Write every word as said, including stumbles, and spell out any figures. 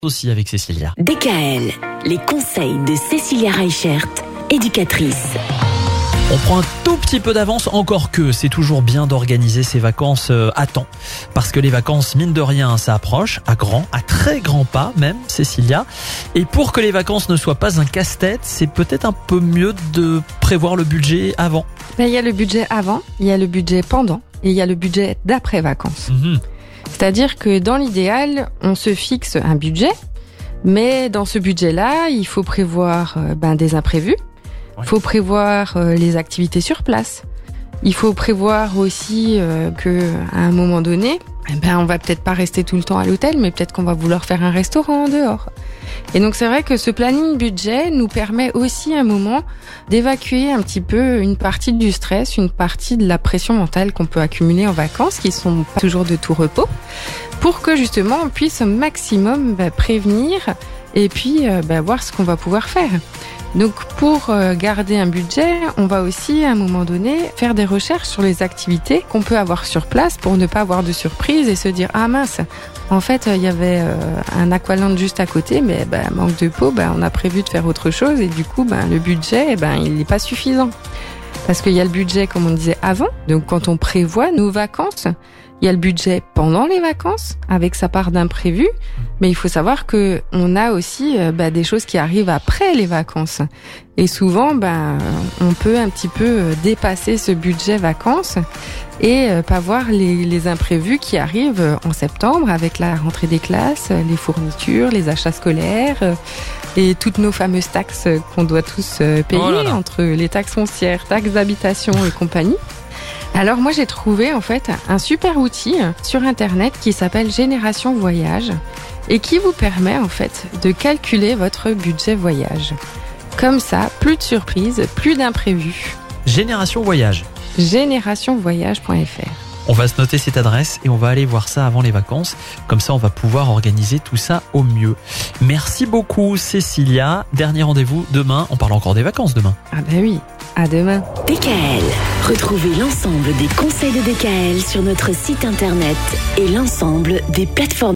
Aussi avec Cécilia. D K L, les conseils de Cécilia Reichert, éducatrice. On prend un tout petit peu d'avance, encore que c'est toujours bien d'organiser ses vacances à temps. Parce que les vacances, mine de rien, ça approche, à grands, à très grands pas même, Cécilia. Et pour que les vacances ne soient pas un casse-tête, c'est peut-être un peu mieux de prévoir le budget avant. Ben, il y a le budget avant, il y a le budget pendant et il y a le budget d'après-vacances. Mmh. C'est-à-dire que dans l'idéal, on se fixe un budget, mais dans ce budget-là, il faut prévoir euh, ben, des imprévus. Il faut prévoir euh, les activités sur place. Il faut prévoir aussi euh, que à un moment donné, eh ben on va peut-être pas rester tout le temps à l'hôtel, mais peut-être qu'on va vouloir faire un restaurant en dehors. Et donc c'est vrai que ce planning budget nous permet aussi un moment d'évacuer un petit peu une partie du stress, une partie de la pression mentale qu'on peut accumuler en vacances, qui sont pas toujours de tout repos, pour que justement on puisse au maximum bah, prévenir et puis euh, bah, voir ce qu'on va pouvoir faire. Donc pour garder un budget, on va aussi à un moment donné faire des recherches sur les activités qu'on peut avoir sur place pour ne pas avoir de surprise et se dire ah mince, en fait il y avait un aqualand juste à côté, mais ben, manque de peau, ben, on a prévu de faire autre chose et du coup ben, le budget ben, il n'est pas suffisant. Parce qu'il y a le budget comme on disait avant, donc quand on prévoit nos vacances, il y a le budget pendant les vacances avec sa part d'imprévu, mais il faut savoir que on a aussi euh, bah, des choses qui arrivent après les vacances. Et souvent, bah, on peut un petit peu dépasser ce budget vacances et euh, pas voir les, les imprévus qui arrivent en septembre avec la rentrée des classes, les fournitures, les achats scolaires euh, et toutes nos fameuses taxes qu'on doit tous euh, payer, oh là là. Entre les taxes foncières, taxes d'habitation et compagnie. Alors moi j'ai trouvé en fait un super outil sur internet qui s'appelle Génération Voyage et qui vous permet en fait de calculer votre budget voyage. Comme ça, plus de surprises, plus d'imprévus. Génération Voyage. génération voyage point f r. On va se noter cette adresse et on va aller voir ça avant les vacances. Comme ça, on va pouvoir organiser tout ça au mieux. Merci beaucoup, Cécilia. Dernier rendez-vous demain. On parle encore des vacances demain. Ah ben oui, à demain. D K L. Retrouvez l'ensemble des conseils de D K L sur notre site internet et l'ensemble des plateformes